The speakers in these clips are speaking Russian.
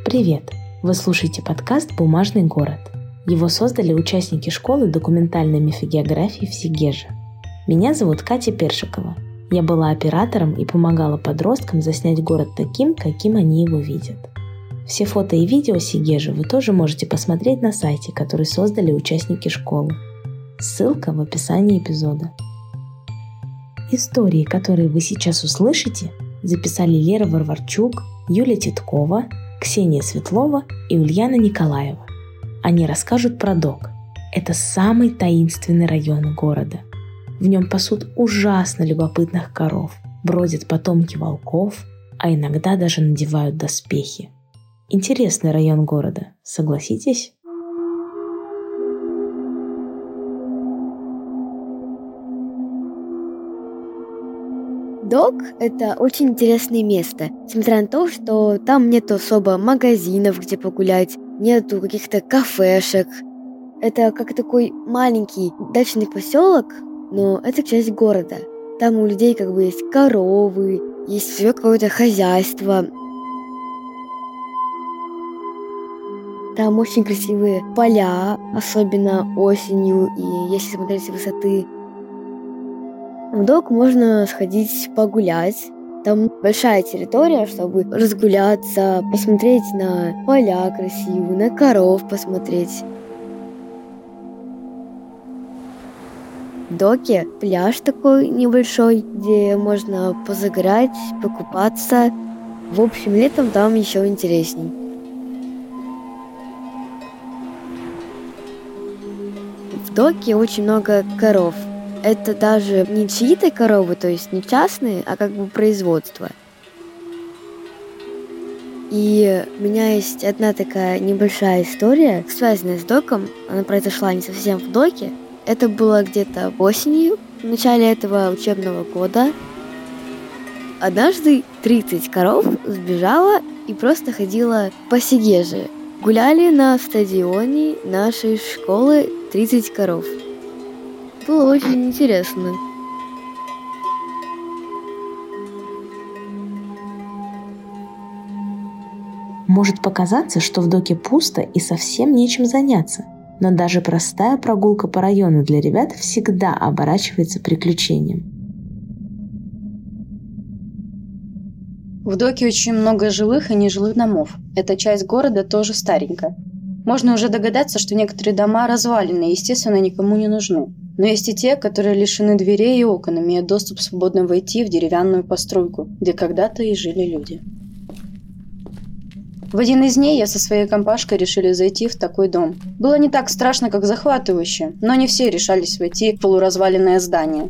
Привет! Вы слушаете подкаст «Бумажный город». Его создали участники школы документальной мифогеографии в Сегеже. Меня зовут Катя Першикова. Я была оператором и помогала подросткам заснять город таким, каким они его видят. Все фото и видео Сегежи вы тоже можете посмотреть на сайте, который создали участники школы. Ссылка в описании эпизода. Истории, которые вы сейчас услышите, записали Лера Варварчук, Юля Титкова, Ксения Светлова и Ульяна Николаева. Они расскажут про Док. Это самый таинственный район города. В нем пасут ужасно любопытных коров, бродят потомки волков, а иногда даже надевают доспехи. Интересный район города, согласитесь? Док – это очень интересное место, несмотря на то, что там нет особо магазинов, где погулять, нету каких-то кафешек. Это как такой маленький дачный поселок, но это часть города. Там у людей как бы есть коровы, есть свое какое-то хозяйство. Там очень красивые поля, особенно осенью и если смотреть с высоты. В Док можно сходить погулять. Там большая территория, чтобы разгуляться, посмотреть на поля красивые, на коров посмотреть. В Доке пляж такой небольшой, где можно позагорать, покупаться. В общем, летом там еще интересней. В Доке очень много коров. Это даже не чьи-то коровы, то есть не частные, а как бы производство. И у меня есть одна такая небольшая история, связанная с Доком. Она произошла не совсем в Доке. Это было где-то осенью, в начале этого учебного года. Однажды 30 коров сбежало и просто ходило по Сегеже. Гуляли на стадионе нашей школы 30 коров. Было очень интересно. Может показаться, что в Доке пусто и совсем нечем заняться, но даже простая прогулка по району для ребят всегда оборачивается приключением. В Доке очень много жилых и нежилых домов. Эта часть города тоже старенькая. Можно уже догадаться, что некоторые дома развалены и, естественно, никому не нужны. Но есть и те, которые лишены дверей и окон, имея доступ свободно войти в деревянную постройку, где когда-то и жили люди. В один из дней я со своей компашкой решили зайти в такой дом. Было не так страшно, как захватывающе, но не все решались войти в полуразваленное здание.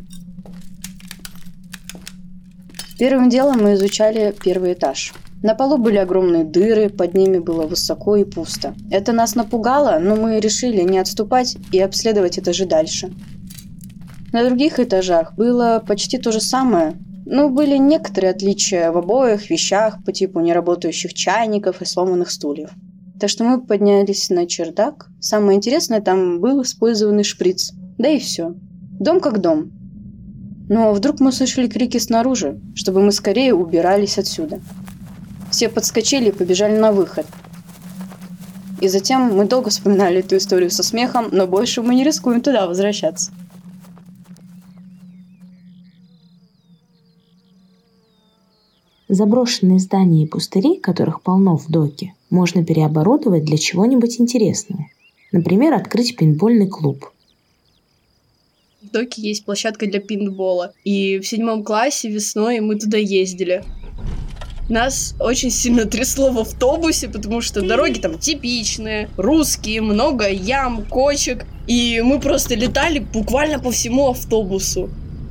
Первым делом мы изучали первый этаж. На полу были огромные дыры, под ними было высоко и пусто. Это нас напугало, но мы решили не отступать и обследовать этажи дальше. На других этажах было почти то же самое, но были некоторые отличия в обоих вещах по типу неработающих чайников и сломанных стульев. Так что мы поднялись на чердак. Самое интересное, там был использованный шприц. Да и все. Дом как дом. Но вдруг мы услышали крики снаружи, чтобы мы скорее убирались отсюда. Все подскочили и побежали на выход. И затем мы долго вспоминали эту историю со смехом, но больше мы не рискуем туда возвращаться. Заброшенные здания и пустыри, которых полно в Доке, можно переоборудовать для чего-нибудь интересного. Например, открыть пейнтбольный клуб. В Доке есть площадка для пейнтбола. И в 7 классе весной мы туда ездили. Нас очень сильно трясло в автобусе, потому что дороги там типичные, русские, много ям, кочек. И мы просто летали буквально по всему автобусу.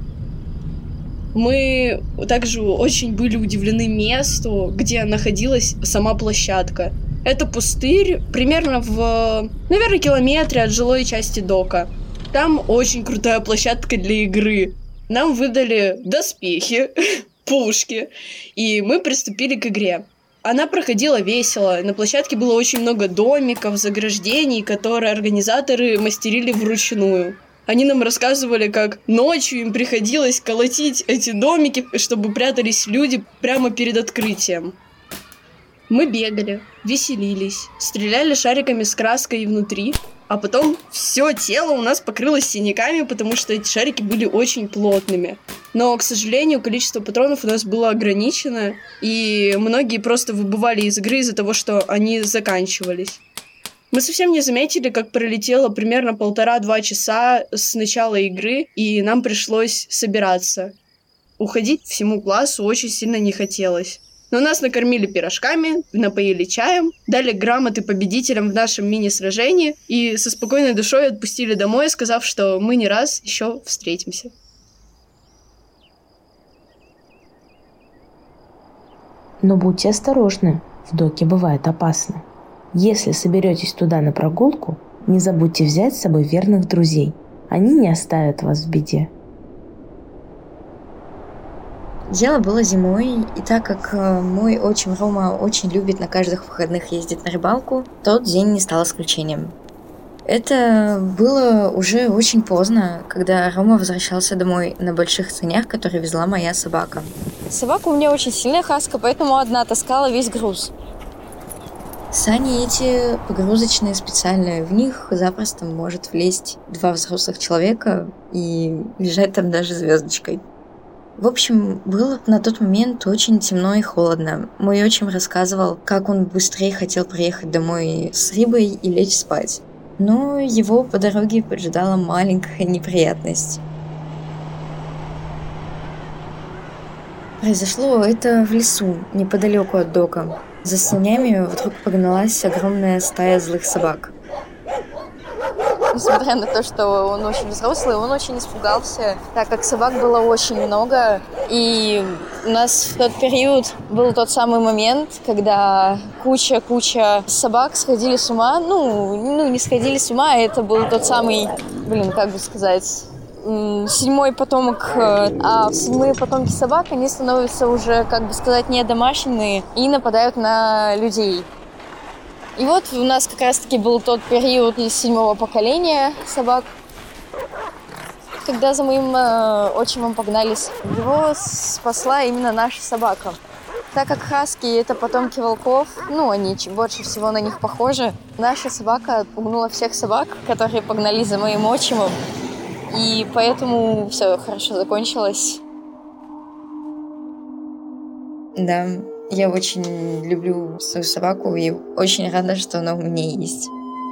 Мы также очень были удивлены месту, где находилась сама площадка. Это пустырь, примерно в, наверное, километре от жилой части Дока. Там очень крутая площадка для игры. Нам выдали доспехи, пушки, и мы приступили к игре. Она проходила весело. На площадке было очень много домиков, заграждений, которые организаторы мастерили вручную. Они нам рассказывали, как ночью им приходилось колотить эти домики, чтобы прятались люди прямо перед открытием. Мы бегали, веселились, стреляли шариками с краской внутри, а потом все тело у нас покрылось синяками, потому что эти шарики были очень плотными. Но, к сожалению, количество патронов у нас было ограничено, и многие просто выбывали из игры из-за того, что они заканчивались. Мы совсем не заметили, как пролетело примерно 1,5-2 часа с начала игры, и нам пришлось собираться. Уходить всему классу очень сильно не хотелось. Но нас накормили пирожками, напоили чаем, дали грамоты победителям в нашем мини-сражении и со спокойной душой отпустили домой, сказав, что мы не раз еще встретимся. Но будьте осторожны, в доке бывает опасно. Если соберетесь туда на прогулку, не забудьте взять с собой верных друзей. Они не оставят вас в беде. Дело было зимой, и так как мой отчим Рома очень любит на каждых выходных ездить на рыбалку, тот день не стал исключением. Это было уже очень поздно, когда Рома возвращался домой на больших санях, которые везла моя собака. Собака у меня очень сильная хаска, поэтому одна таскала весь груз. Сани эти погрузочные специальные, в них запросто может влезть 2 взрослых человека и лежать там даже звездочкой. В общем, было на тот момент очень темно и холодно. Мой отчим рассказывал, как он быстрее хотел приехать домой с рыбой и лечь спать. Но его по дороге поджидала маленькая неприятность. Произошло это в лесу, неподалеку от дока. За санями вдруг погналась огромная стая злых собак. Несмотря на то, что он очень взрослый, он очень испугался, так как собак было очень много. И у нас в тот период был тот самый момент, когда куча собак сходили с ума. Ну, не сходили с ума, это был тот самый, как бы сказать, 7-й потомок. А 7-е потомки собак, они становятся уже, как бы сказать, недомашненные и нападают на людей. И вот у нас как раз-таки был тот период из 7-го поколения собак, когда за моим отчимом погнались. Его спасла именно наша собака. Так как хаски — это потомки волков, они больше всего на них похожи, наша собака отпугнула всех собак, которые погнались за моим отчимом. И поэтому все хорошо закончилось. Да. Я очень люблю свою собаку и очень рада, что она у меня есть.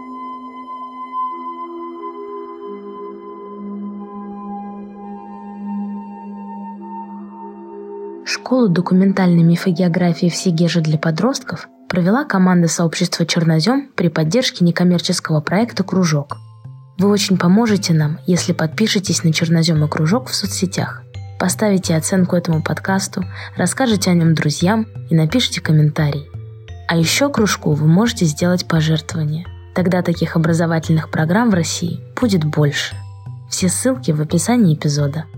Школу документальной мифогеографии в Сегеже для подростков провела команда сообщества «Чернозем» при поддержке некоммерческого проекта «Кружок». Вы очень поможете нам, если подпишетесь на «Чернозем» и «Кружок» в соцсетях. Поставите оценку этому подкасту, расскажите о нем друзьям и напишите комментарий. А еще кружку вы можете сделать пожертвование. Тогда таких образовательных программ в России будет больше. Все ссылки в описании эпизода.